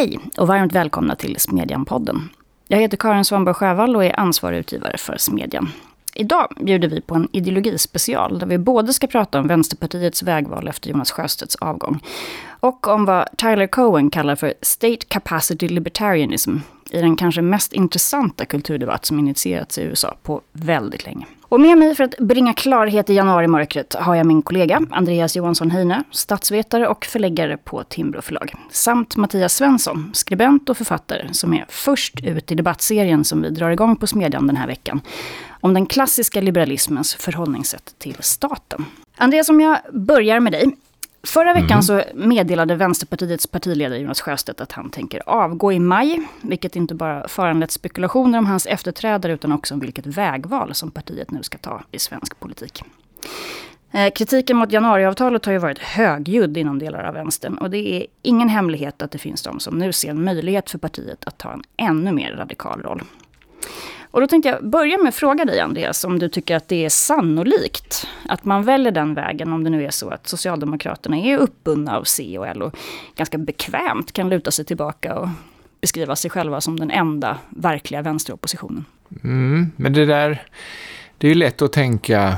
Hej och varmt välkomna till Smedjan-podden. Jag heter Karin Svanborg Sjövall och är ansvarig utgivare för Smedjan. Idag bjuder vi på en ideologispecial där vi både ska prata om Vänsterpartiets vägval efter Jonas Sjöstedts avgång och om vad Tyler Cowen kallar för State Capacity Libertarianism i den kanske mest intressanta kulturdebatt som initierats i USA på väldigt länge. Och med mig för att bringa klarhet i januarimörkret har jag min kollega Andreas Johansson Heine, statsvetare och förläggare på Timbro förlag, samt Mattias Svensson, skribent och författare som är först ut i debattserien som vi drar igång på Smedjan den här veckan om den klassiska liberalismens förhållningssätt till staten. Andreas, om jag börjar med dig. Förra veckan så meddelade Vänsterpartiets partiledare Jonas Sjöstedt att han tänker avgå i maj, vilket inte bara föranlett spekulationer om hans efterträdare utan också om vilket vägval som partiet nu ska ta i svensk politik. Kritiken mot januariavtalet har ju varit högljudd inom delar av vänstern och det är ingen hemlighet att det finns de som nu ser en möjlighet för partiet att ta en ännu mer radikal roll. Och då tänkte jag börja med att fråga dig, Andreas, om du tycker att det är sannolikt att man väljer den vägen om det nu är så att Socialdemokraterna är uppbundna av C och L och ganska bekvämt kan luta sig tillbaka och beskriva sig själva som den enda verkliga vänsteroppositionen. Men det är ju lätt att tänka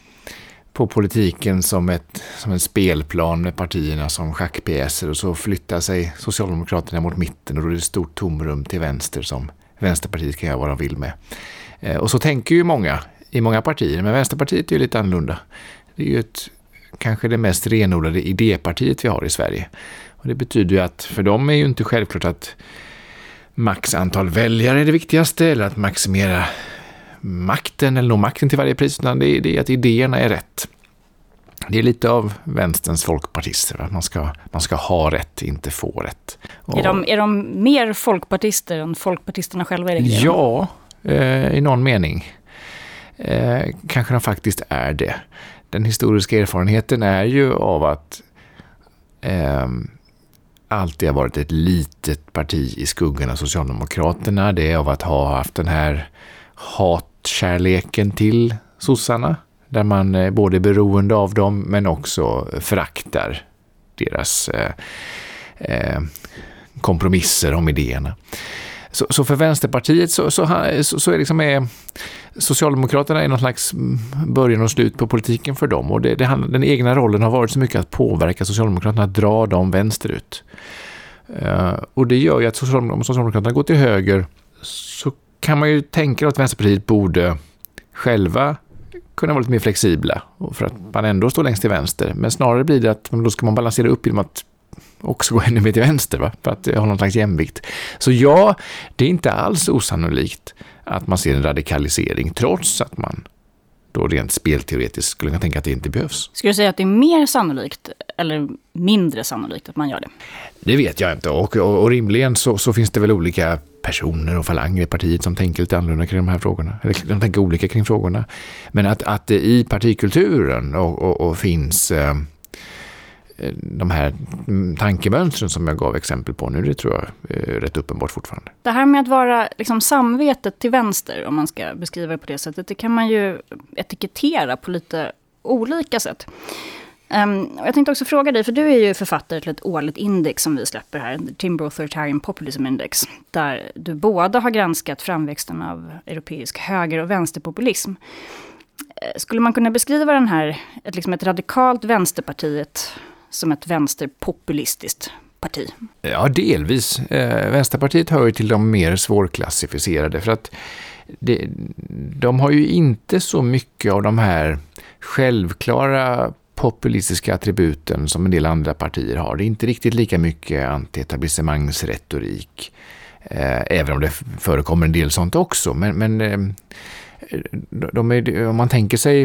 på politiken som en spelplan med partierna som schackpjäser och så flyttar sig Socialdemokraterna mot mitten och då är det ett stort tomrum till vänster som Vänsterpartiet kan göra vad de vill med. Och så tänker ju många i många partier, men Vänsterpartiet är ju lite annorlunda. Det är ju kanske det mest renodlade idépartiet vi har i Sverige. Och det betyder ju att för dem är ju inte självklart att max antal väljare är det viktigaste eller att maximera makten eller nå makten till varje pris, utan det är att idéerna är rätt. Det är lite av vänsterns folkpartister. Va? Man ska ha rätt, inte få rätt. Och är de mer folkpartister än folkpartisterna själva? Ja, i någon mening. Kanske de faktiskt är det. Den historiska erfarenheten är ju av att alltid har varit ett litet parti i skuggan av Socialdemokraterna. Det är av att ha haft den här hatkärleken till sossarna. Där man både är beroende av dem men också föraktar deras kompromisser om idéerna. Så för Vänsterpartiet så är liksom Socialdemokraterna är någon slags början och slut på politiken för dem. Och den egna rollen har varit så mycket att påverka Socialdemokraterna, att dra dem vänsterut. Och det gör ju att om Socialdemokraterna går till höger så kan man ju tänka att Vänsterpartiet borde själva kunna vara lite mer flexibla och för att man ändå står längst till vänster. Men snarare blir det att då ska man balansera upp genom att också gå ännu mer till vänster, va? För att ha någon slags jämvikt. Så ja, det är inte alls osannolikt att man ser en radikalisering trots att man då rent spelteoretiskt skulle kunna tänka att det inte behövs. Skulle du säga att det är mer sannolikt eller mindre sannolikt att man gör det? Det vet jag inte och rimligen så finns det väl olika personer och falanger i partiet som tänker lite annorlunda kring de här frågorna. Eller de tänker olika kring frågorna. Men att det i partikulturen och finns de här tankemönstren som jag gav exempel på nu, det tror jag är rätt uppenbart fortfarande. Det här med att vara liksom samvetet till vänster, om man ska beskriva det på det sättet, det kan man ju etikettera på lite olika sätt. Jag tänkte också fråga dig, för du är ju författare till ett årligt index som vi släpper här, Timbro Authoritarian Populism Index, där du båda har granskat framväxten av europeisk höger- och vänsterpopulism. Skulle man kunna beskriva den här, ett radikalt vänsterpartiet som ett vänsterpopulistiskt parti? Ja, delvis. Vänsterpartiet hör ju till de mer svårklassificerade för att de har ju inte så mycket av de här självklara populistiska attributen som en del andra partier har. Det är inte riktigt lika mycket antietablissemangsretorik, även om det förekommer en del sånt också. Men om man tänker sig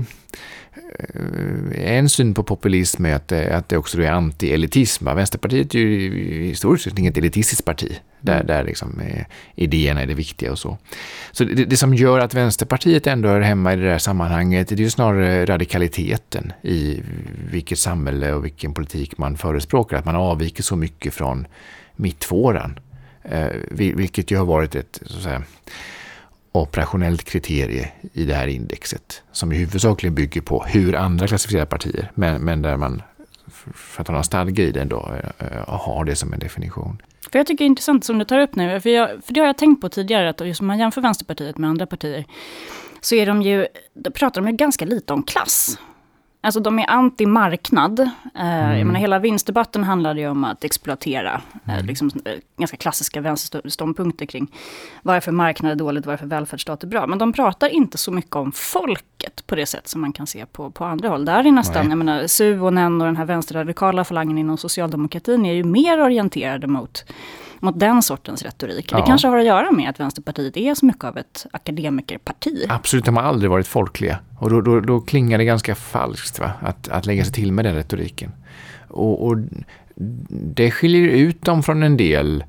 en syn på populism är att det också är anti-elitism. Vänsterpartiet är ju i stor utsträckning ett elitistiskt parti där liksom idéerna är det viktiga och så. Så det som gör att Vänsterpartiet ändå är hemma i det där sammanhanget, det är ju snarare radikaliteten i vilket samhälle och vilken politik man förespråkar, att man avviker så mycket från mittfåran, vilket ju har varit ett så att säga operationellt kriterie i det här indexet som i huvudsakligen bygger på hur andra klassificerar partier, men där man för att ha någon stadga i den då, har det som en definition. För jag tycker det är intressant som du tar upp nu, för det har jag tänkt på tidigare, att just om man jämför Vänsterpartiet med andra partier så är då pratar de ju ganska lite om klass. Alltså de är anti-marknad. Jag menar, hela vinstdebatten handlade ju om att exploatera liksom, ganska klassiska vänsterståndpunkter kring varför marknad är dåligt, varför välfärdsstat är bra. Men de pratar inte så mycket om folket på det sätt som man kan se på andra håll. Där är nästan, jag menar, Suvonen och den här vänsterradikala falangen inom socialdemokratin är ju mer orienterade mot den sortens retorik. Ja. Det kanske har att göra med att Vänsterpartiet är så mycket av ett akademikerparti. Absolut, de har aldrig varit folkliga. Och då klingar det ganska falskt, va? Att lägga sig till med den retoriken. Och det skiljer ut dem från en del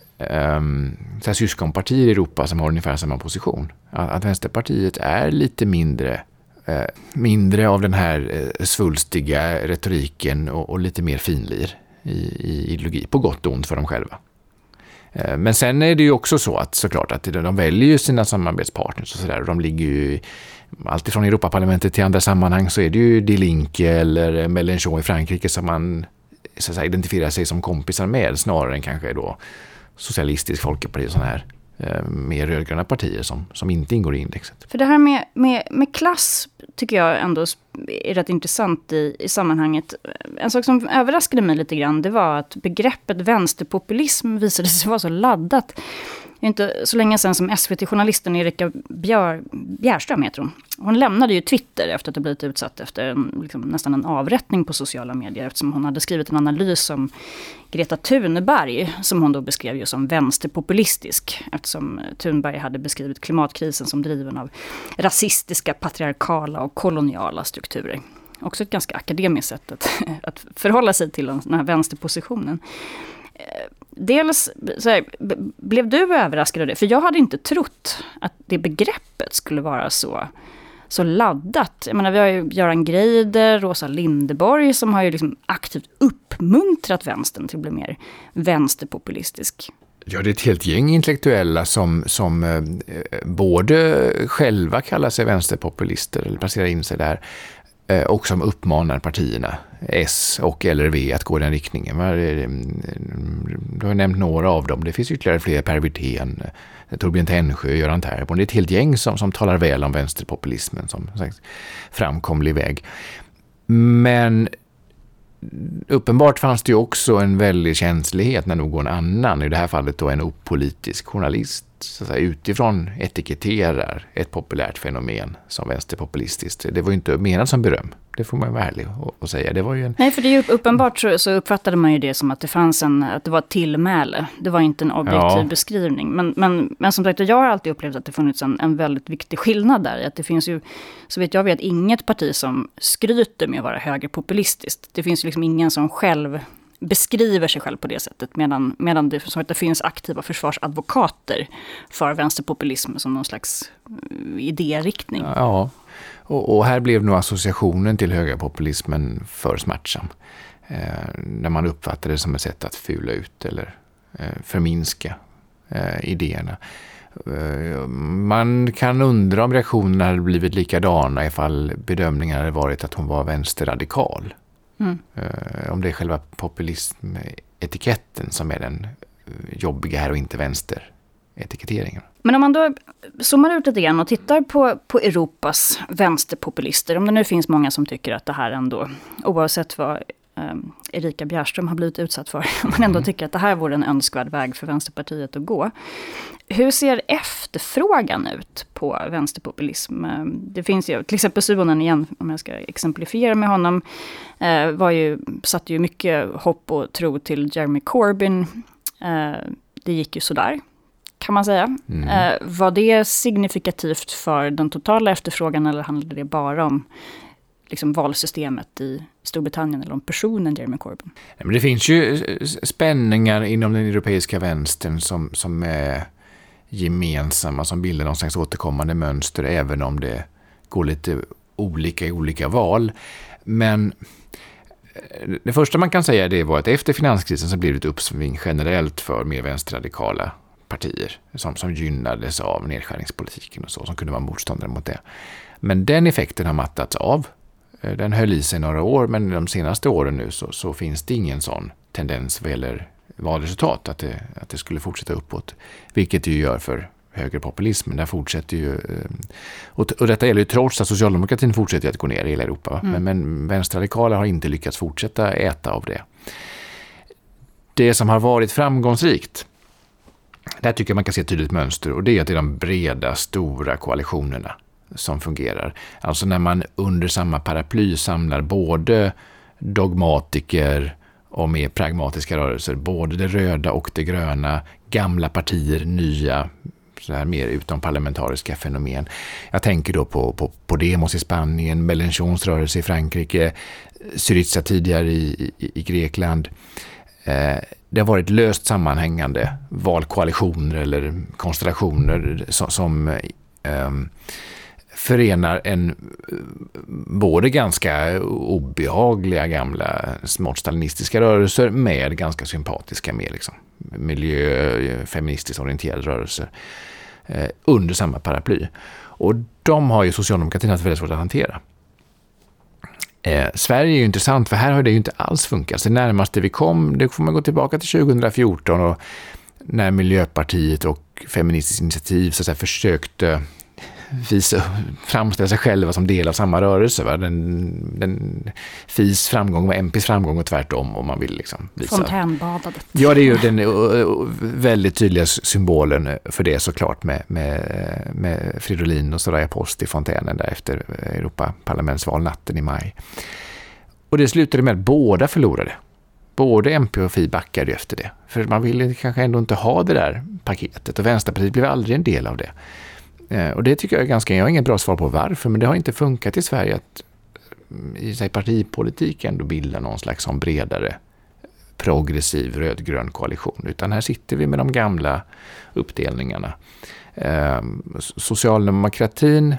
syskonpartier i Europa som har ungefär samma position. Att Vänsterpartiet är lite mindre av den här svulstiga retoriken och lite mer finlir i ideologi, på gott och ont för dem själva. Men sen är det ju också så att såklart att de väljer ju sina samarbetspartners och sådär. De ligger ju alltid från Europaparlamentet till andra sammanhang, så är det ju Die Linke eller Mélenchon i Frankrike som man så att säga identifierar sig som kompisar med, snarare än kanske då socialistisk folkeparti och sådana här mer rödgröna partier som inte ingår i indexet. För det här med klass tycker jag ändå är rätt intressant i sammanhanget. En sak som överraskade mig lite grann, det var att begreppet vänsterpopulism visade sig vara så laddat. Det är inte så länge sedan som SVT-journalisten Erika Bjärström heter hon. Hon lämnade ju Twitter efter att ha blivit utsatt efter nästan en avrättning på sociala medier, eftersom hon hade skrivit en analys om Greta Thunberg som hon då beskrev ju som vänsterpopulistisk, eftersom Thunberg hade beskrivit klimatkrisen som driven av rasistiska, patriarkala och koloniala strukturer. Också ett ganska akademiskt sätt att förhålla sig till den här vänsterpositionen. Dels så här, blev du överraskad av det? För jag hade inte trott att det begreppet skulle vara så laddat. Jag menar, vi har ju Göran Greider, Rosa Linderborg som har ju liksom aktivt uppmuntrat vänstern till att bli mer vänsterpopulistisk. Ja, det är ett helt gäng intellektuella som både själva kallar sig vänsterpopulister eller placerar in sig där, och som uppmanar partierna S och eller V att gå i den riktningen. Du har nämnt några av dem. Det finns ytterligare fler, Per Wirtén, Torbjörn Tännsjö, Göran Terborn. Det är ett helt gäng som talar väl om vänsterpopulismen som sagt, framkomlig väg. Men uppenbart fanns det ju också en väldig känslighet när någon annan, i det här fallet då en opolitisk journalist, så att säga, utifrån etiketterar ett populärt fenomen som vänsterpopulistiskt. Det var ju inte menat som beröm. Det får man vara ärlig och säga. Det var ju Nej, för det är ju uppenbart så uppfattade man ju det som att det fanns att det var ett tillmäle. Det var inte en objektiv beskrivning. Men som sagt, jag har alltid upplevt att det funnits en väldigt viktig skillnad där. Att det finns ju, så vet jag vet, inget parti som skryter med att vara högerpopulistiskt. Det finns ju liksom ingen som själv beskriver sig själv på det sättet, medan det finns aktiva försvarsadvokater för vänsterpopulism som någon slags idériktning. Ja, och här blev nog associationen till högerpopulismen för smärtsam. När man uppfattade det som ett sätt att fula ut eller förminska idéerna. Man kan undra om reaktionerna hade blivit likadana ifall bedömningen hade varit att hon var vänsterradikal. Om det är själva populismetiketten som är den jobbiga här och inte vänsteretiketteringen. Men om man då zoomar ut lite grann och tittar på Europas vänsterpopulister, om det nu finns många som tycker att det här ändå, oavsett vad Erika Bjärström har blivit utsatt för, om man ändå tycker att det här vore en önskvärd väg för Vänsterpartiet att gå. Hur ser efterfrågan ut på vänsterpopulism? Det finns ju, till exempel Suvonen igen, om jag ska exemplifiera med honom, satte ju mycket hopp och tro till Jeremy Corbyn. Det gick ju sådär, kan man säga. Var det signifikativt för den totala efterfrågan, eller handlade det bara om liksom valsystemet i Storbritannien eller om personen Jeremy Corbyn? Nej, men det finns ju spänningar inom den europeiska vänstern som är gemensamma, som bildar någon slags återkommande mönster, även om det går lite olika i olika val. Men det första man kan säga, det var att efter finanskrisen så blev det ett uppsving generellt för mer vänsterradikala partier som gynnades av nedskärningspolitiken och så, som kunde vara motståndare mot det. Men den effekten har mattats av Den höll i sig några år, men de senaste åren nu så finns det ingen sån tendens vad gäller valresultat att det skulle fortsätta uppåt. Vilket det ju gör för högerpopulismen. Där fortsätter ju, och detta gäller ju trots att socialdemokratin fortsätter att gå ner i hela Europa. Men vänsterradikala har inte lyckats fortsätta äta av det. Det som har varit framgångsrikt, där tycker jag man kan se ett tydligt mönster, och det är att det är de breda, stora koalitionerna som fungerar. Alltså när man under samma paraply samlar både dogmatiker och mer pragmatiska rörelser, både det röda och det gröna, gamla partier, nya, så här mer utomparlamentariska fenomen. Jag tänker då på Podemos i Spanien, Mélenchons rörelse i Frankrike, Syriza tidigare i Grekland. Det har varit löst sammanhängande valkoalitioner eller konstellationer som förenar en både ganska obehagliga gamla smått stalinistiska rörelser med ganska sympatiska med liksom feministiskt orienterade rörelser under samma paraply. Och de har ju socialdemokratin haft väldigt svårt att hantera. Sverige är ju intressant, för här har det ju inte alls funkat. Det närmaste vi kom, det får man gå tillbaka till 2014, och när Miljöpartiet och Feministiskt initiativ så att säga försökte framställa sig själva som del av samma rörelse. Va? Den FIs framgång var MPs framgång och tvärtom, om man vill liksom visa. Fontänbadandet. Ja, det är ju den väldigt tydliga symbolen för det såklart med Fridolin och Soraya Post i fontänen där efter Europaparlamentsvalnatten i maj. Och det slutade med att båda förlorade. Både MP och FI backade efter det. För man ville kanske ändå inte ha det där paketet, och Vänsterpartiet blev aldrig en del av det. Och det tycker jag jag har inget bra svar på varför, men det har inte funkat i Sverige att i sig partipolitik ändå bilda någon slags som bredare progressiv rödgrön koalition, utan här sitter vi med de gamla uppdelningarna. Socialdemokratin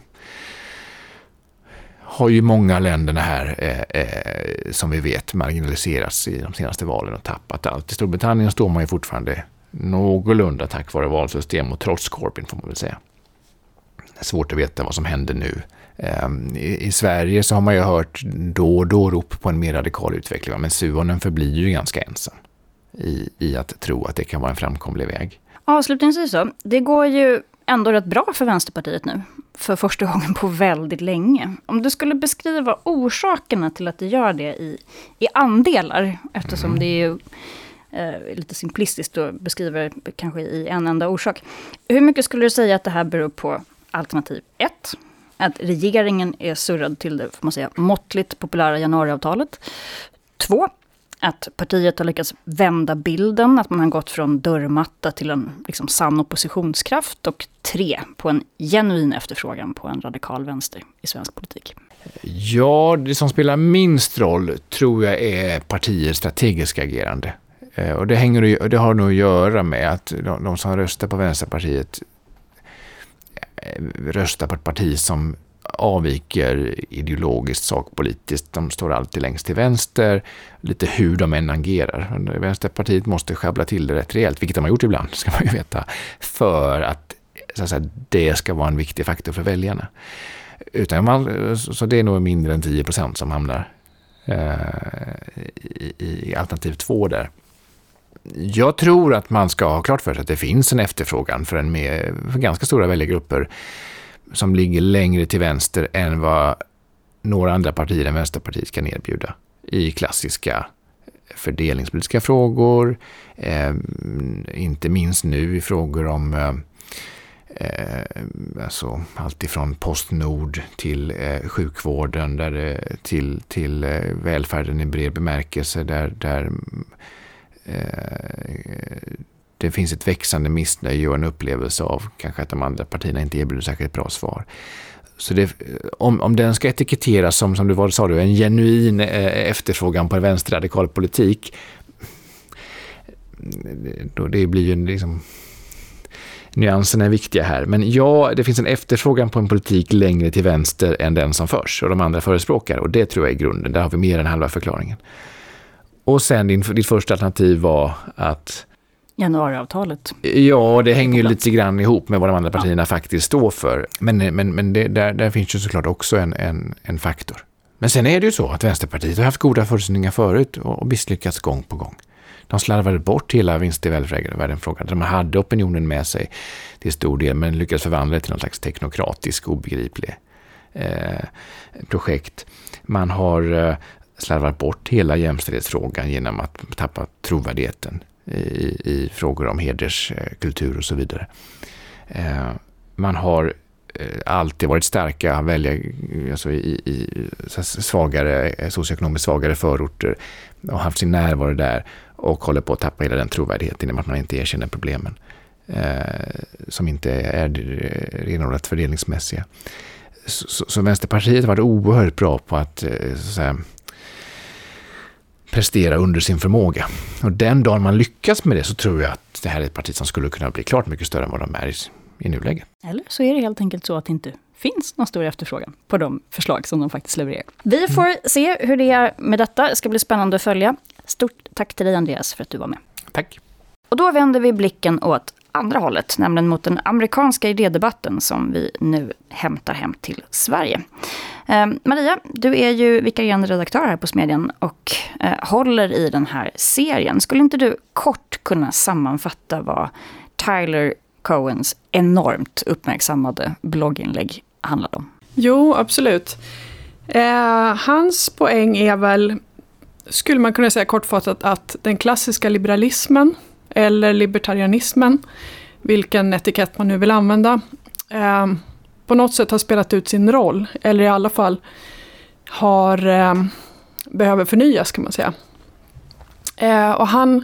har ju många länderna här som vi vet marginaliserats i de senaste valen och tappat allt. I Storbritannien står man ju fortfarande någorlunda tack vare valsystem och trots Corbyn, får man väl säga. Det är svårt att veta vad som händer nu. I Sverige så har man ju hört då och då rop på en mer radikal utveckling, men Suhonen förblir ju ganska ensam i att tro att det kan vara en framkomlig väg. Avslutningsvis så, det går ju ändå rätt bra för Vänsterpartiet nu, för första gången på väldigt länge. Om du skulle beskriva orsakerna till att det gör det i andelar, eftersom det är ju lite simplistiskt att beskriva det kanske i en enda orsak. Hur mycket skulle du säga att det här beror på alternativ 1? Att regeringen är surrad till det, får man säga, måttligt populära januariavtalet. 2. Att partiet har lyckats vända bilden, att man har gått från dörrmatta till en liksom sann oppositionskraft. Och 3. På en genuin efterfrågan på en radikal vänster i svensk politik. Ja, det som spelar minst roll tror jag är partiers strategiska agerande. Och det har nog att göra med att de som röstar på Vänsterpartiet röstar på ett parti som avviker ideologiskt, sakpolitiskt. De står alltid längst till vänster, lite hur de än agerar. Vänsterpartiet måste schabbla till det rätt rejält, vilket de har gjort ibland, ska man ju veta, för att, så att säga, det ska vara en viktig faktor för väljarna. Så det är nog mindre än 10% som hamnar i alternativ 2 där. Jag tror att man ska ha klart för sig att det finns en efterfrågan för ganska stora väljargrupper som ligger längre till vänster än vad några andra partier än Vänsterpartiet kan erbjuda i klassiska fördelningspolitiska frågor, inte minst nu i frågor om alltså allt ifrån Postnord till sjukvården, till välfärden i bred bemärkelse, där det finns ett växande missnöje och en upplevelse av kanske att de andra partierna inte erbjuder särskilt bra svar. Så om den ska etiketteras som du sa, en genuin efterfrågan på en vänsterradikal politik, då det blir ju liksom, nyanserna är viktiga här. Men ja, det finns en efterfrågan på en politik längre till vänster än den som förs och de andra förespråkar, och det tror jag är grunden. Där har vi mer än halva förklaringen. Och sen ditt första alternativ var att januariavtalet. Ja, det hänger ju lite grann ihop med vad de andra partierna faktiskt står för. Men där finns ju såklart också en faktor. Men sen är det ju så att Vänsterpartiet har haft goda förutsättningar förut och misslyckats gång på gång. De slarvade bort hela vinst i välfärden-frågan. De hade opinionen med sig till stor del, men lyckades förvandla det till någon slags teknokratisk, obegriplig projekt. Man har slarvat bort hela jämställdhetsfrågan genom att tappa trovärdigheten i frågor om hederskultur och så vidare. Man har alltid varit starka väljare alltså i svagare, socioekonomiskt svagare förorter och haft sin närvaro där och håller på att tappa hela den trovärdigheten genom att man inte erkänner problemen som inte är renodlat fördelningsmässiga. Så Vänsterpartiet var oerhört bra på att, så att säga, prestera under sin förmåga. Och den dagen man lyckas med det så tror jag att det här är ett parti som skulle kunna bli klart mycket större än vad de är i nuläget. Eller så är det helt enkelt så att det inte finns någon stor efterfrågan på de förslag som de faktiskt levererar. Vi får se hur det är med detta. Det ska bli spännande att följa. Stort tack till dig, Andreas, för att du var med. Tack. Och då vänder vi blicken åt andra hållet, nämligen mot den amerikanska idédebatten som vi nu hämtar hem till Sverige. Maria, du är ju vikarierande redaktör här på Smedjan och håller i den här serien. Skulle inte du kort kunna sammanfatta vad Tyler Cohens enormt uppmärksammade blogginlägg handlade om? Jo, absolut. Hans poäng är väl, skulle man kunna säga kortfattat, att den klassiska liberalismen eller libertarianismen, vilken etikett man nu vill använda, på något sätt har spelat ut sin roll, eller i alla fall behöver förnyas, kan man säga. Och han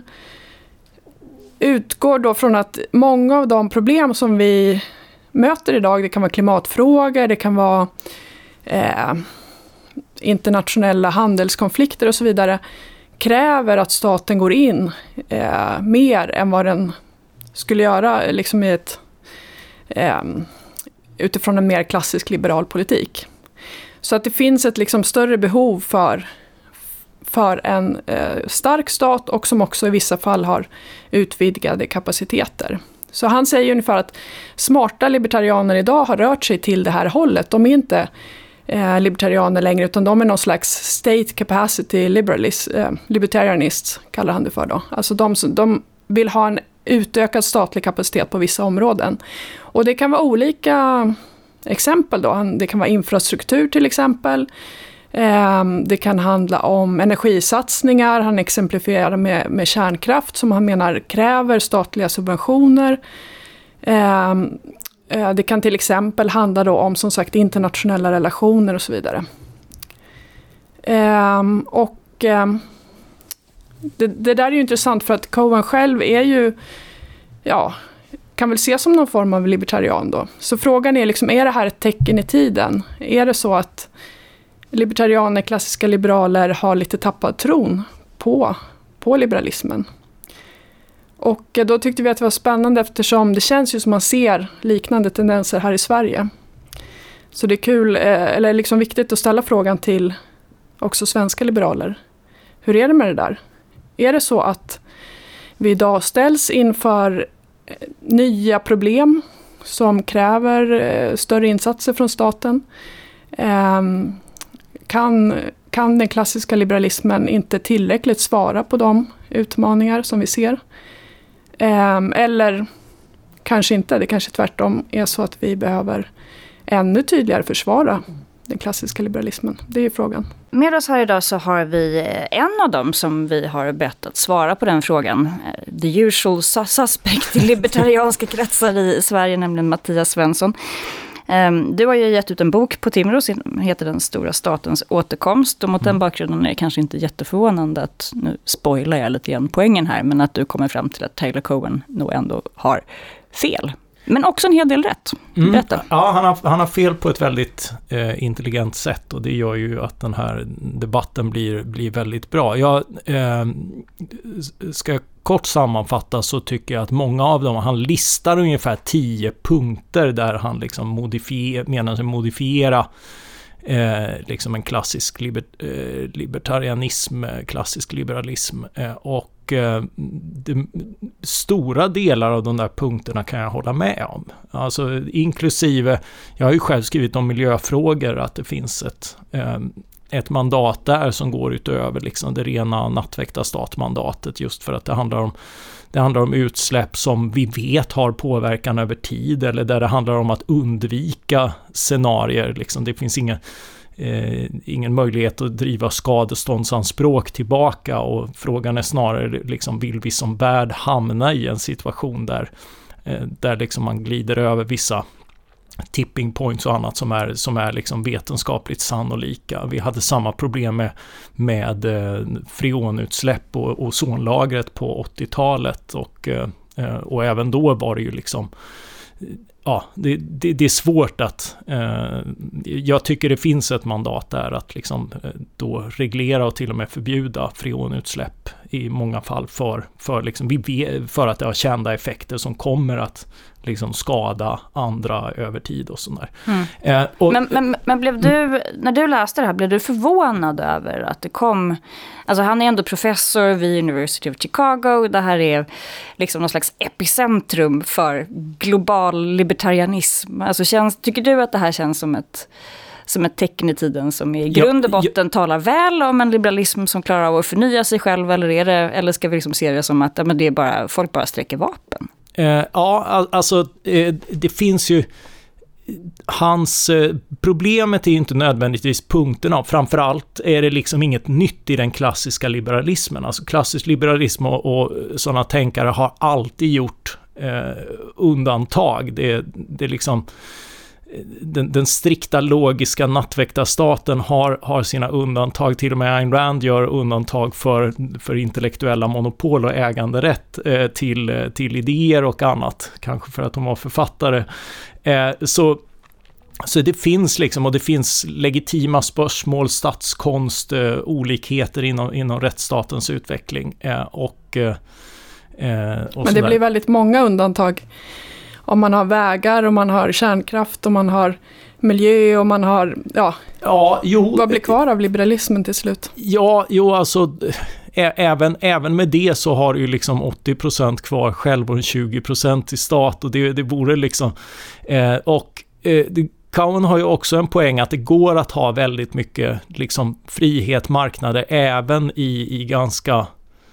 utgår då från att många av de problem som vi möter idag, det kan vara klimatfrågor, det kan vara internationella handelskonflikter och så vidare, kräver att staten går in mer än vad den skulle göra liksom i utifrån en mer klassisk liberal politik. Så att det finns ett liksom större behov för en stark stat och som också i vissa fall har utvidgade kapaciteter. Så han säger ungefär att smarta libertarianer idag har rört sig till det här hållet. De är inte libertarianer längre, utan de är någon slags state capacity libertarianists, kallar han det för då. Alltså de vill ha en utökad statlig kapacitet på vissa områden. Och det kan vara olika exempel då. Det kan vara infrastruktur till exempel. Det kan handla om energisatsningar. Han exemplifierar med kärnkraft som han menar kräver statliga subventioner. Det kan till exempel handla då om, som sagt, internationella relationer och så vidare. Det där är ju intressant för att Cohen själv är ju, kan väl ses som någon form av libertarian då. Så frågan är liksom, är det här ett tecken i tiden? Är det så att libertarianer, klassiska liberaler, har lite tappat tron på liberalismen? Och då tyckte vi att det var spännande eftersom det känns ju som man ser liknande tendenser här i Sverige. Så det är kul, eller liksom viktigt att ställa frågan till också svenska liberaler. Hur är det med det där? Är det så att vi idag ställs inför nya problem som kräver större insatser från staten? Kan den klassiska liberalismen inte tillräckligt svara på de utmaningar som vi ser? Eller kanske inte, det kanske tvärtom är så att vi behöver ännu tydligare försvara den klassiska liberalismen. Det är ju frågan. Med oss här idag så har vi en av dem som vi har bett att svara på den frågan. The usual suspect i libertarianska kretsar i Sverige, nämligen Mattias Svensson. Du har ju gett ut en bok på Timbro som heter Den stora statens återkomst. Och mot den bakgrunden är det kanske inte jätteförvånande att, nu spoilar jag lite grann poängen här, men att du kommer fram till att Tyler Cohen nog ändå har fel. Men också en hel del rätt. Berätta. Ja, han har fel på ett väldigt intelligent sätt, och det gör ju att den här debatten blir väldigt bra. Jag ska kort sammanfatta, så tycker jag att många av dem, han listar ungefär 10 punkter där han liksom menar sig modifiera liksom en klassisk libertarianism, klassisk liberalism, och stora delar av de där punkterna kan jag hålla med om. Alltså inklusive, jag har ju själv skrivit om miljöfrågor, att det finns ett mandat där som går utöver liksom det rena nattväktarstatmandatet, just för att det handlar om utsläpp som vi vet har påverkan över tid, eller där det handlar om att undvika scenarier. Liksom. Det finns ingen möjlighet att driva skadeståndsanspråk tillbaka, och frågan är snarare liksom, vill vi som värld hamna i en situation där liksom man glider över vissa tipping points och annat som är liksom vetenskapligt sannolika. Vi hade samma problem med freonutsläpp och ozonlagret på 80-talet, och även då var det ju liksom det är svårt att jag tycker det finns ett mandat där att liksom då reglera och till och med förbjuda freonutsläpp i många fall för att det har kända effekter som kommer att liksom skada andra över tid och sådär. Men blev du, när du läste det här, blev du förvånad över att det kom, alltså han är ändå professor vid University of Chicago, det här är liksom någon slags epicentrum för global libertarianism. Alltså tycker du att det här känns som ett tecken i tiden som i grund och botten talar väl om en liberalism som klarar av att förnya sig själv, eller ska vi liksom se det som att det är bara, folk bara sträcker vapen? Det finns ju problemet är ju inte nödvändigtvis punkterna. Framförallt är det liksom inget nytt i den klassiska liberalismen. Alltså klassisk liberalism och sådana tänkare har alltid gjort undantag. Det är liksom den strikta logiska nattväktarstaten har sina undantag. Till och med Ayn Rand gör undantag för intellektuella monopol och äganderätt till idéer och annat. Kanske för att de var författare. Så det finns liksom, och det finns legitima spörsmål, statskonst, olikheter inom rättsstatens utveckling. Men det blir väldigt många undantag. Om man har vägar, om man har kärnkraft, om man har miljö, om man har... Vad blir kvar av liberalismen till slut? Alltså även med det så har ju liksom 80% kvar själv och 20% i stat, och det vore liksom... Cowen har ju också en poäng att det går att ha väldigt mycket liksom frihet, marknader, även i ganska...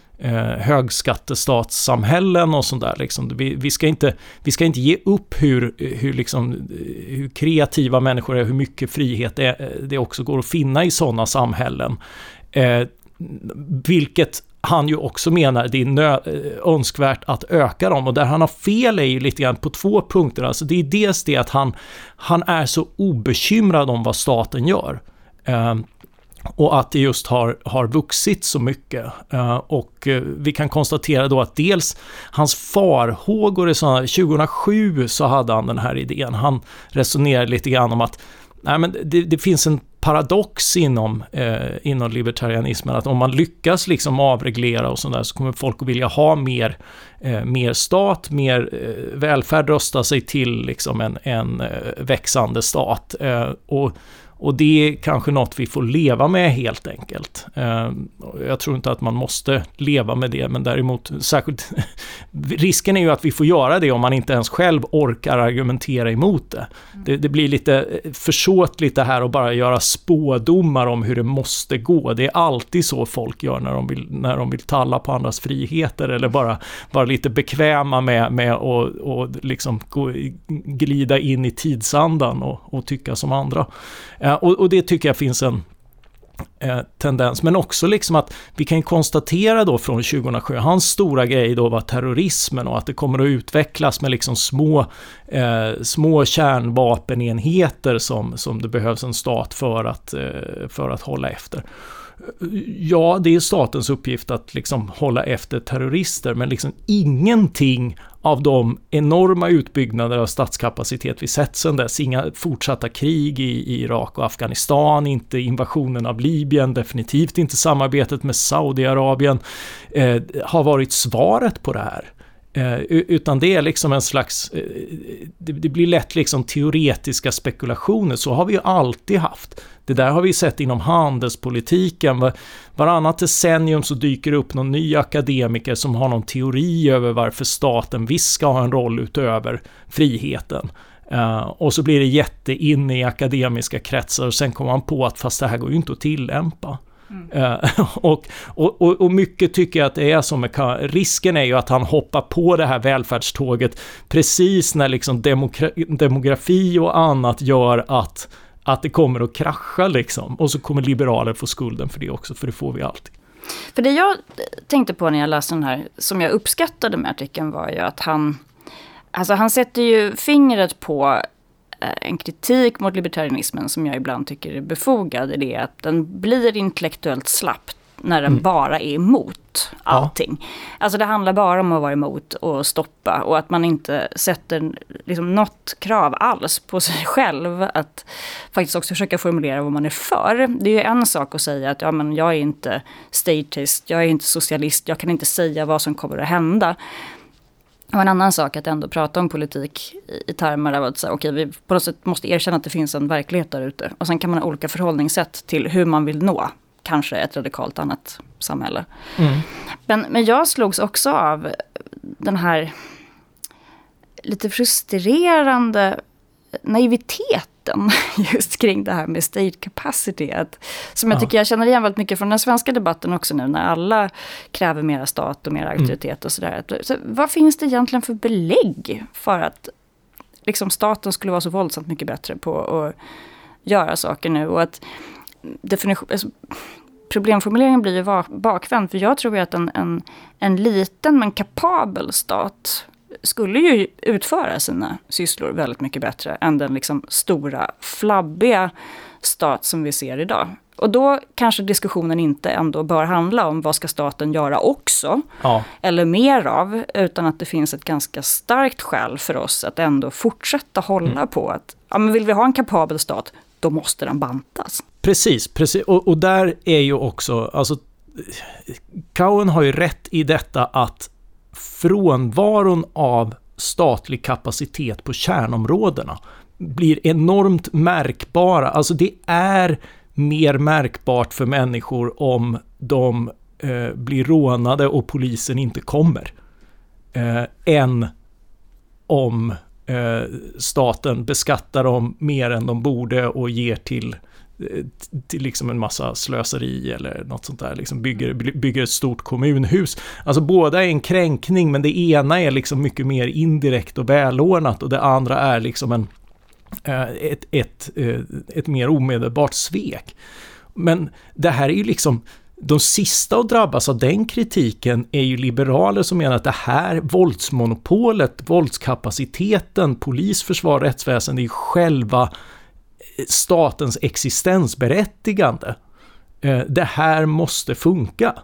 högskattestatssamhällen och sånt där liksom. Vi ska inte ge upp hur kreativa människor är, hur mycket frihet det också går att finna i sådana samhällen, vilket han ju också menar det är önskvärt att öka dem, och där han har fel är ju lite grann på 2 punkter. Alltså det är dels det att han är så obekymrad om vad staten gör, och att det just har vuxit så mycket. Och vi kan konstatera då att dels hans farhågor är sådana. 2007 så hade han den här idén. Han resonerade lite grann om att det finns en paradox inom libertarianismen, att om man lyckas liksom avreglera och sådär, så kommer folk att vilja ha mer stat, mer välfärd, rösta sig till liksom en växande stat. Och det är kanske något vi får leva med helt enkelt. Jag tror inte att man måste leva med det, men däremot särskilt risken är ju att vi får göra det om man inte ens själv orkar argumentera emot det. Det blir lite försåtligt det här att bara göra spådomar om hur det måste gå. Det är alltid så folk gör när de vill talla på andras friheter, eller bara lite bekväma med att liksom glida in i tidsandan och tycka som andra. Och det tycker jag finns en tendens, men också liksom att vi kan konstatera då från 2007, hans stora grej då var terrorismen, och att det kommer att utvecklas med liksom små kärnvapenenheter som det behövs en stat för att hålla efter. Ja, det är statens uppgift att liksom hålla efter terrorister, men liksom ingenting av de enorma utbyggnader av statskapacitet vi sett sedan dess, inga fortsatta krig i Irak och Afghanistan, inte invasionen av Libyen, definitivt inte samarbetet med Saudiarabien, har varit svaret på det här. Utan det är liksom en slags, det blir lätt liksom teoretiska spekulationer. Så har vi ju alltid haft. Det där har vi sett inom handelspolitiken. Varannat decennium så dyker det upp någon ny akademiker som har någon teori över varför staten visst ska ha en roll utöver friheten. Och så blir det jätteinne i akademiska kretsar och sen kommer man på att fast det här går ju inte att tillämpa. Och mycket tycker jag att det är som risken är ju att han hoppar på det här välfärdståget precis när liksom demografi och annat gör att det kommer att krascha liksom. Och så kommer liberaler få skulden för det också, för det får vi alltid. För det jag tänkte på när jag läste den här, som jag uppskattade med artikeln, var ju att han sätter ju fingret på en kritik mot libertarianismen som jag ibland tycker är befogad. Det är att den blir intellektuellt slapp när den bara är emot allting. Ja. Alltså det handlar bara om att vara emot och stoppa, och att man inte sätter liksom något krav alls på sig själv att faktiskt också försöka formulera vad man är för. Det är ju en sak att säga att men jag är inte statist, jag är inte socialist, jag kan inte säga vad som kommer att hända. Och en annan sak att ändå prata om politik i termer av att säga, okej, vi på något sätt måste erkänna att det finns en verklighet där ute. Och sen kan man ha olika förhållningssätt till hur man vill nå kanske ett radikalt annat samhälle. Men jag slogs också av den här lite frustrerande naiviteten just kring det här med state capacity. Som jag tycker jag känner igen väldigt mycket från den svenska debatten också nu, när alla kräver mera stat och mera auktoritet och sådär. Så vad finns det egentligen för belägg för att liksom staten skulle vara så våldsamt mycket bättre på att göra saker nu? Och att problemformuleringen blir ju bakvänd, för jag tror ju att en liten men kapabel stat skulle ju utföra sina sysslor väldigt mycket bättre än den liksom stora, flabbiga stat som vi ser idag. Och då kanske diskussionen inte ändå bör handla om vad ska staten göra också, eller mer av, utan att det finns ett ganska starkt skäl för oss att ändå fortsätta hålla på att men vill vi ha en kapabel stat, då måste den bantas. Precis. Och där är ju också, alltså Cowen har ju rätt i detta att frånvaron av statlig kapacitet på kärnområdena blir enormt märkbara. Alltså det är mer märkbart för människor om de blir rånade och polisen inte kommer än om staten beskattar dem mer än de borde och ger till liksom en massa slöseri eller något sånt där, liksom bygger ett stort kommunhus. Alltså båda är en kränkning, men det ena är liksom mycket mer indirekt och välordnat och det andra är liksom ett mer omedelbart svek. Men det här är ju liksom de sista att drabbas av den kritiken är ju liberaler som menar att det här våldsmonopolet, våldskapaciteten, polis, försvar, rättsväsen, det är själva statens existensberättigande. Det här måste funka.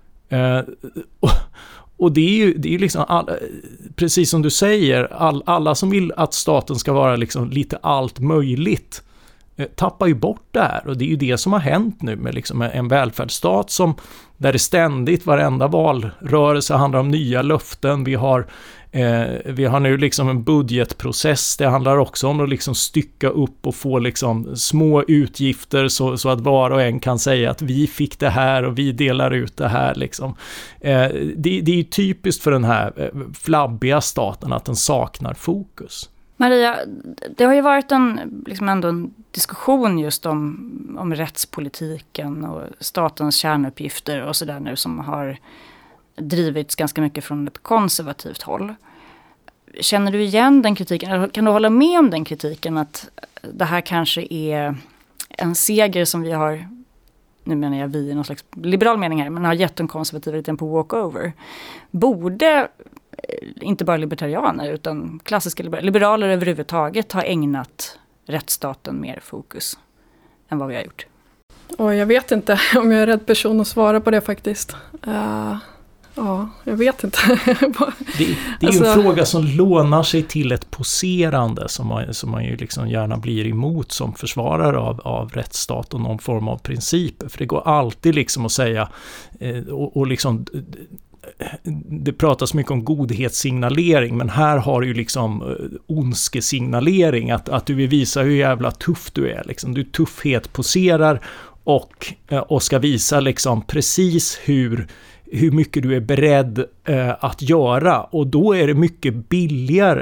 Och det är ju liksom precis som du säger, alla som vill att staten ska vara liksom lite allt möjligt tappar ju bort det här, och det är ju det som har hänt nu med liksom en välfärdsstat där det ständigt, varenda valrörelse handlar om nya löften. Vi har nu liksom en budgetprocess, det handlar också om att liksom stycka upp och få liksom små utgifter så att var och en kan säga att vi fick det här och vi delar ut det här liksom. Det är ju typiskt för den här flabbiga staten att den saknar fokus. Maria, det har ju varit ändå en diskussion just om rättspolitiken och statens kärnuppgifter och sådär nu som har drivits ganska mycket från ett konservativt håll. Känner du igen den kritiken? Eller kan du hålla med om den kritiken att det här kanske är en seger som vi har, nu menar jag vi i någon slags liberal mening här, men har gett en konservativ lite på walkover. Borde inte bara libertarianer utan klassiska liberaler överhuvudtaget har ägnat rättsstaten mer fokus än vad vi har gjort? Och jag vet inte om jag är rädd person att svara på det faktiskt. Ja, jag vet inte. Det är ju en fråga som lånar sig till ett poserande som man ju liksom gärna blir emot som försvarare av rättsstat och någon form av principer. För det går alltid liksom att säga och liksom det pratas mycket om godhetssignalering, men här har du ju liksom ondskesignalering, att du vill visa hur jävla tuff du är liksom. Du tuffhet poserar och ska visa liksom precis hur mycket du är beredd att göra, och då är det mycket billigare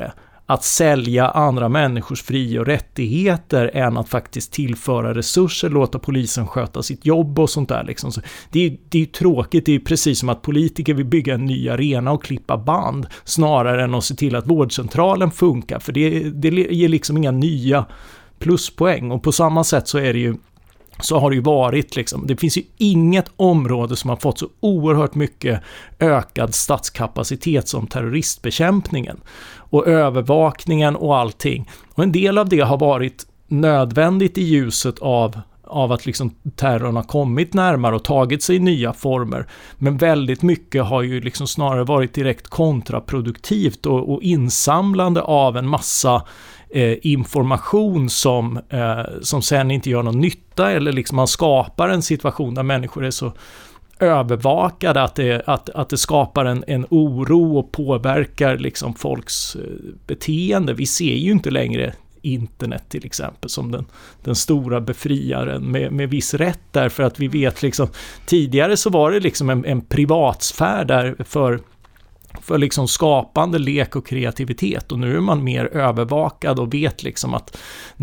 att sälja andra människors fri- och rättigheter än att faktiskt tillföra resurser, låta polisen sköta sitt jobb och sånt där. Liksom. Så det är ju tråkigt, det är precis som att politiker vill bygga en ny arena och klippa band snarare än att se till att vårdcentralen funkar, för det ger liksom inga nya pluspoäng. Och på samma sätt så har det ju varit liksom, det finns ju inget område som har fått så oerhört mycket ökad statskapacitet som terroristbekämpningen och övervakningen och allting. Och en del av det har varit nödvändigt i ljuset av att liksom terrorn har kommit närmare och tagit sig nya former. Men väldigt mycket har ju liksom snarare varit direkt kontraproduktivt och insamlande av en massa information som sen inte gör någon nytta, eller liksom man skapar en situation där människor är så övervakade att det skapar en oro och påverkar liksom folks beteende. Vi ser ju inte längre internet till exempel som den stora befriaren med viss rätt, därför att vi vet liksom tidigare så var det liksom en privatsfär där för liksom skapande, lek och kreativitet, och nu är man mer övervakad och vet liksom att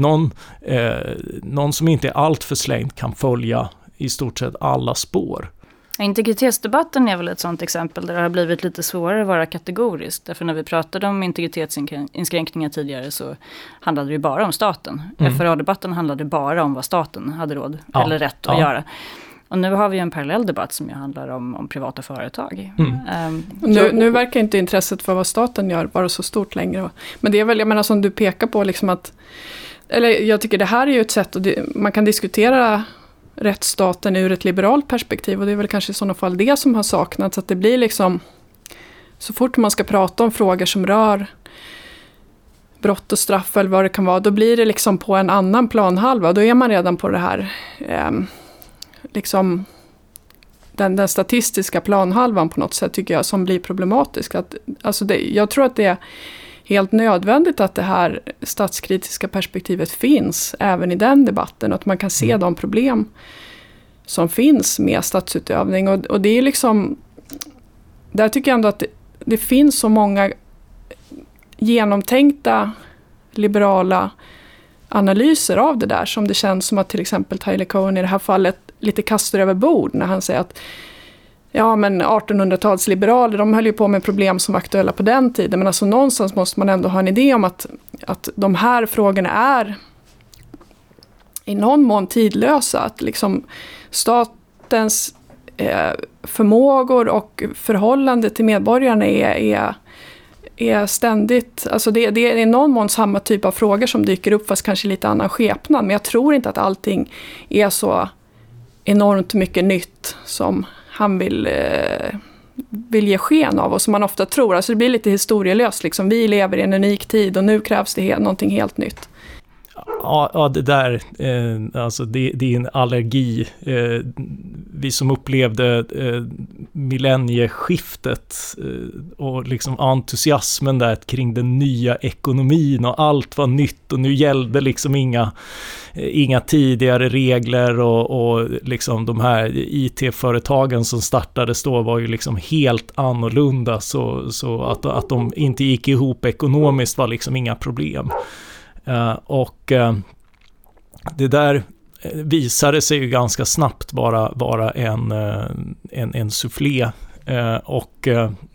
någon som inte är allt för slängd kan följa i stort sett alla spår. Integritetsdebatten är väl ett sådant exempel där det har blivit lite svårare att vara kategorisk. Därför när vi pratade om integritetsinskränkningar tidigare så handlade det bara om staten. FRA-debatten handlade bara om vad staten hade råd eller rätt att göra. Och nu har vi en parallell debatt som ju handlar om privata företag. Nu verkar inte intresset för vad staten gör vara så stort längre. Men det är väl, jag menar som du pekar på, liksom att, eller jag tycker det här är ju ett sätt, och man kan diskutera rättsstaten ur ett liberalt perspektiv, och det är väl kanske i sådana fall det som har saknats, att det blir liksom, så fort man ska prata om frågor som rör brott och straff eller vad det kan vara, då blir det liksom på en annan planhalva, då är man redan på det här liksom den statistiska planhalvan på något sätt, tycker jag, som blir problematisk. Jag tror att det är helt nödvändigt att det här statskritiska perspektivet finns även i den debatten, att man kan se de problem som finns med statsutövning, och det är liksom, där tycker jag ändå att det finns så många genomtänkta liberala analyser av det där, som det känns som att till exempel Tyler Cowen i det här fallet lite kastar över bord när han säger att ja, men 1800-tals liberaler, de höll ju på med problem som var aktuella på den tiden, men alltså någonstans måste man ändå ha en idé om att de här frågorna är i någon mån tidlösa, att liksom statens förmågor och förhållande till medborgarna är ständigt, alltså det är i någon mån samma typ av frågor som dyker upp, fast kanske lite annan skepnad, men jag tror inte att allting är så enormt mycket nytt som han vill ge sken av, och som man ofta tror. Alltså det blir lite historielöst, liksom. Vi lever i en unik tid och nu krävs det någonting helt nytt. Ja, det där, alltså det är en allergi. Vi som upplevde millennieskiftet och liksom entusiasmen där kring den nya ekonomin, och allt var nytt och nu gällde liksom inga tidigare regler, och liksom de här IT-företagen som startades då var ju liksom helt annorlunda, så att de inte gick ihop ekonomiskt var liksom inga problem. Och det där visade sig ju ganska snabbt vara en soufflé, och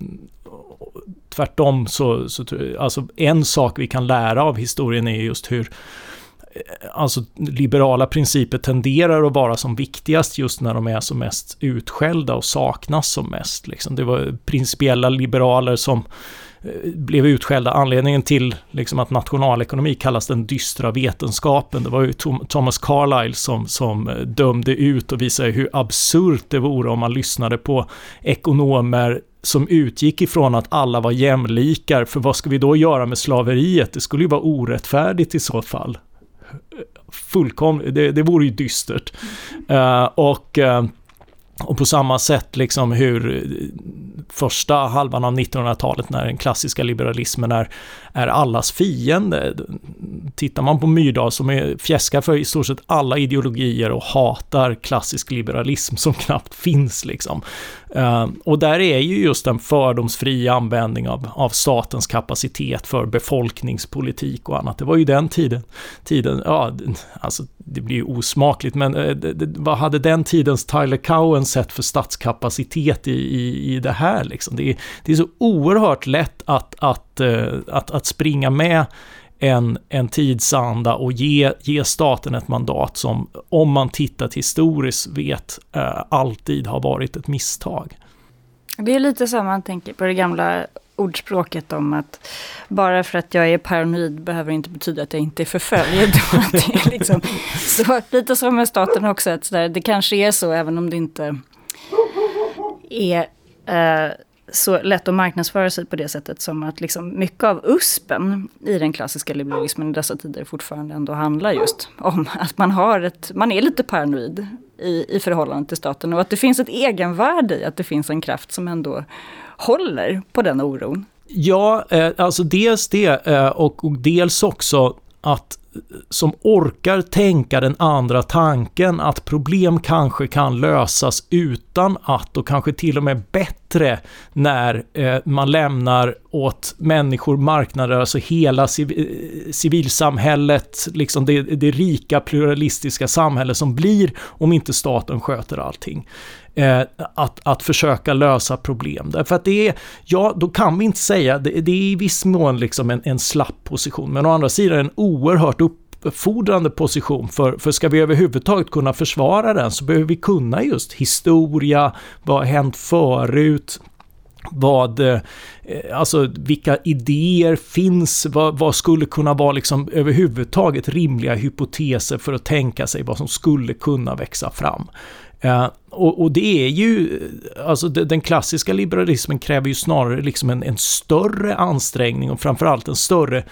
tvärtom så alltså en sak vi kan lära av historien är just hur alltså liberala principer tenderar att vara som viktigast just när de är som mest utskällda och saknas som mest. Liksom. Det var principiella liberaler som blev utskällda. Anledningen till liksom att nationalekonomi kallas den dystra vetenskapen. Det var ju Thomas Carlyle som dömde ut och visade hur absurt det vore om man lyssnade på ekonomer som utgick ifrån att alla var jämlikar. För vad ska vi då göra med slaveriet? Det skulle ju vara orättfärdigt i så fall. Det vore ju dystert. Och på samma sätt liksom hur första halvan av 1900-talet när den klassiska liberalismen är allas fiende. Tittar man på Myrdal som är fjäskar för i stort sett alla ideologier och hatar klassisk liberalism som knappt finns liksom. Och där är ju just en fördomsfri användning av statens kapacitet för befolkningspolitik och annat. Det var ju den tiden ja, alltså det blir ju osmakligt, men vad hade den tidens Tyler Cowen sett för statskapacitet i det här liksom? Det är så oerhört lätt att springa med en tidsanda och ge staten ett mandat som, om man tittat historiskt, vet alltid har varit ett misstag. Det är lite som man tänker på det gamla ordspråket om att bara för att jag är paranoid behöver inte betyda att jag inte är förföljd. Det är liksom, så lite som med staten också, att så där, det kanske är så även om det inte är så lätt att marknadsföra sig på det sättet, som att liksom mycket av uspen i den klassiska liberalismen i dessa tider fortfarande ändå handlar just om att man är lite paranoid i förhållande till staten, och att det finns ett egenvärde i att det finns en kraft som ändå håller på den oron. Ja, alltså dels det och dels också att som orkar tänka den andra tanken, att problem kanske kan lösas utan att, och kanske till och med bättre när man lämnar åt människor, marknader, alltså hela civilsamhället, liksom det rika pluralistiska samhälle som blir om inte staten sköter allting. Att försöka lösa problem. Därför att det är, ja, då kan vi inte säga, det är i viss mån liksom en slapp position, men å andra sidan en oerhört uppfordrande position, för ska vi överhuvudtaget kunna försvara den så behöver vi kunna just historia, vad har hänt förut, alltså vilka idéer finns, vad skulle kunna vara liksom överhuvudtaget rimliga hypoteser för att tänka sig vad som skulle kunna växa fram. Och det är ju, alltså den klassiska liberalismen kräver ju snarare liksom en större ansträngning och framförallt en större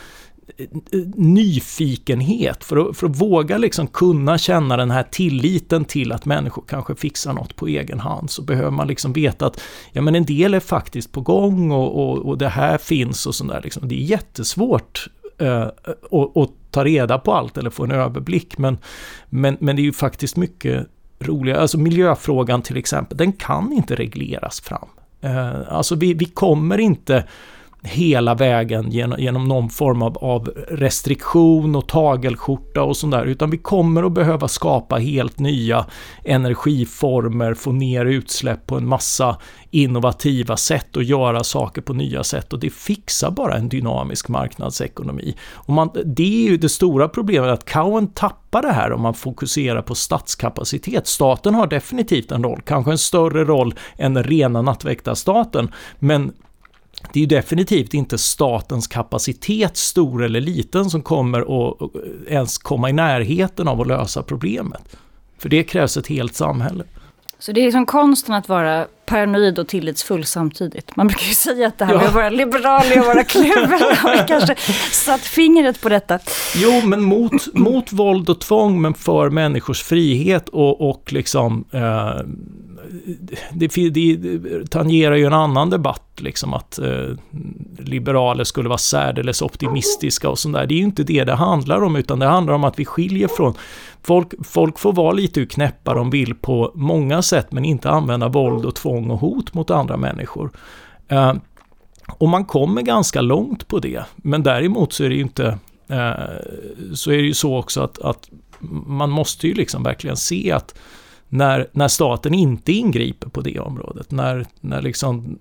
nyfikenhet för att våga liksom kunna känna den här tilliten till att människor kanske fixar något på egen hand, så behöver man liksom veta att ja, men en del är faktiskt på gång och det här finns och sånt där liksom. Det är jättesvårt att ta reda på allt eller få en överblick, men det är ju faktiskt mycket roliga, alltså miljöfrågan till exempel, den kan inte regleras fram. Alltså vi kommer inte hela vägen genom någon form av restriktion och tagelskjorta och sånt där, utan vi kommer att behöva skapa helt nya energiformer, få ner utsläpp på en massa innovativa sätt och göra saker på nya sätt, och det fixar bara en dynamisk marknadsekonomi. Och det är ju det stora problemet, att Cowen tappar det här om man fokuserar på statskapacitet. Staten har definitivt en roll, kanske en större roll än den rena nattväktarstaten, men det är ju definitivt inte statens kapacitet, stor eller liten, som kommer att ens komma i närheten av att lösa problemet. För det krävs ett helt samhälle. Så det är liksom konsten att vara paranoid och tillitsfull samtidigt. Man brukar ju säga att det här med att vara liberal och vara kluven, och vi kanske satt fingret på detta. Jo, men mot våld och tvång, men för människors frihet och liksom det tangerar ju en annan debatt, liksom att liberaler skulle vara särdeles optimistiska och sånt där. Det är ju inte det handlar om, utan det handlar om att vi skiljer från folk får vara lite hur knäppa de vill på många sätt, men inte använda våld och tvång och hot mot andra människor. Och man kommer ganska långt på det, men däremot så är det ju inte så är det ju så också att man måste ju liksom verkligen se att när staten inte ingriper på det området, när liksom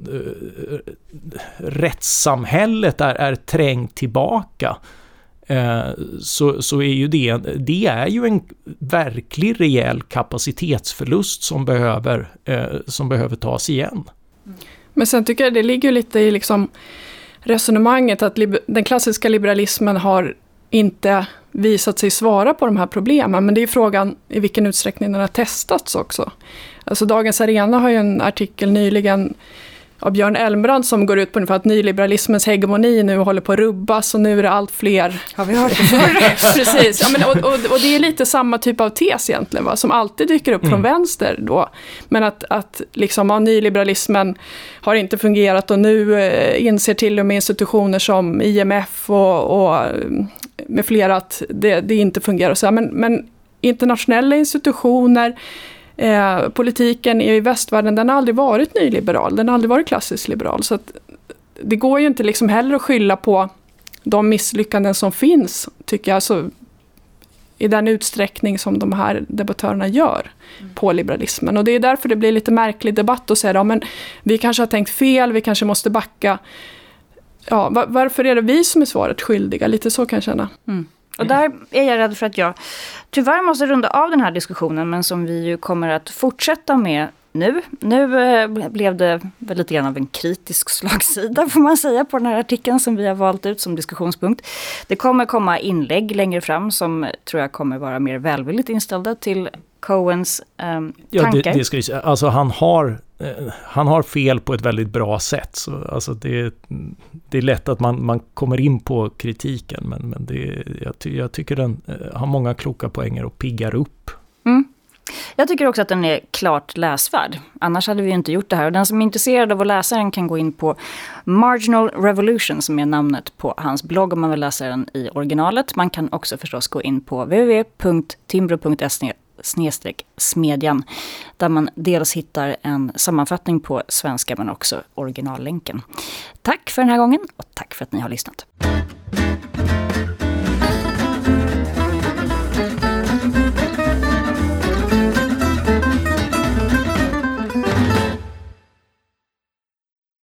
rättssamhället är trängt tillbaka, så är ju det är ju en verklig rejäl kapacitetsförlust som behöver tas igen. Men sen tycker jag det ligger lite i liksom resonemanget att den klassiska liberalismen har inte visat sig svara på de här problemen, men det är frågan i vilken utsträckning den har testats också. Alltså Dagens Arena har ju en artikel nyligen Björn Elmbrand som går ut på ungefär att nyliberalismens hegemoni nu håller på att rubbas och nu är det allt fler. Har vi hört det förr? Precis, ja, men, och det är lite samma typ av tes egentligen, va? Som alltid dyker upp från vänster då. Men att liksom, ja, nyliberalismen har inte fungerat och nu inser till och med institutioner som IMF och med flera att det inte fungerar. Så, men internationella institutioner, politiken i västvärlden, den har aldrig varit nyliberal, den har aldrig varit klassisk liberal. Så att det går ju inte liksom heller att skylla på de misslyckanden som finns, tycker jag, alltså, i den utsträckning som de här debattörerna gör på liberalismen. Och det är därför det blir lite märklig debatt att säga, ja, men vi kanske har tänkt fel, vi kanske måste backa. Ja, varför är det vi som är svaret skyldiga? Lite så kan jag känna. Och där är jag rädd för att jag tyvärr måste runda av den här diskussionen, men som vi ju kommer att fortsätta med nu. Nu blev det väl lite grann av en kritisk slagsida, får man säga, på den här artikeln som vi har valt ut som diskussionspunkt. Det kommer komma inlägg längre fram som tror jag kommer vara mer välvilligt inställda till Cohens tankar. Ja, det ska jag säga. Alltså han har fel på ett väldigt bra sätt. Så, alltså det är lätt att man kommer in på kritiken, men jag tycker den har många kloka poänger och piggar upp. Jag tycker också att den är klart läsvärd. Annars hade vi ju inte gjort det här. Och den som är intresserad av att läsa den kan gå in på Marginal Revolution, som är namnet på hans blogg om man vill läsa den i originalet. Man kan också förstås gå in på www.timbro.se/smedjan, där man dels hittar en sammanfattning på svenska men också originallänken. Tack för den här gången och tack för att ni har lyssnat.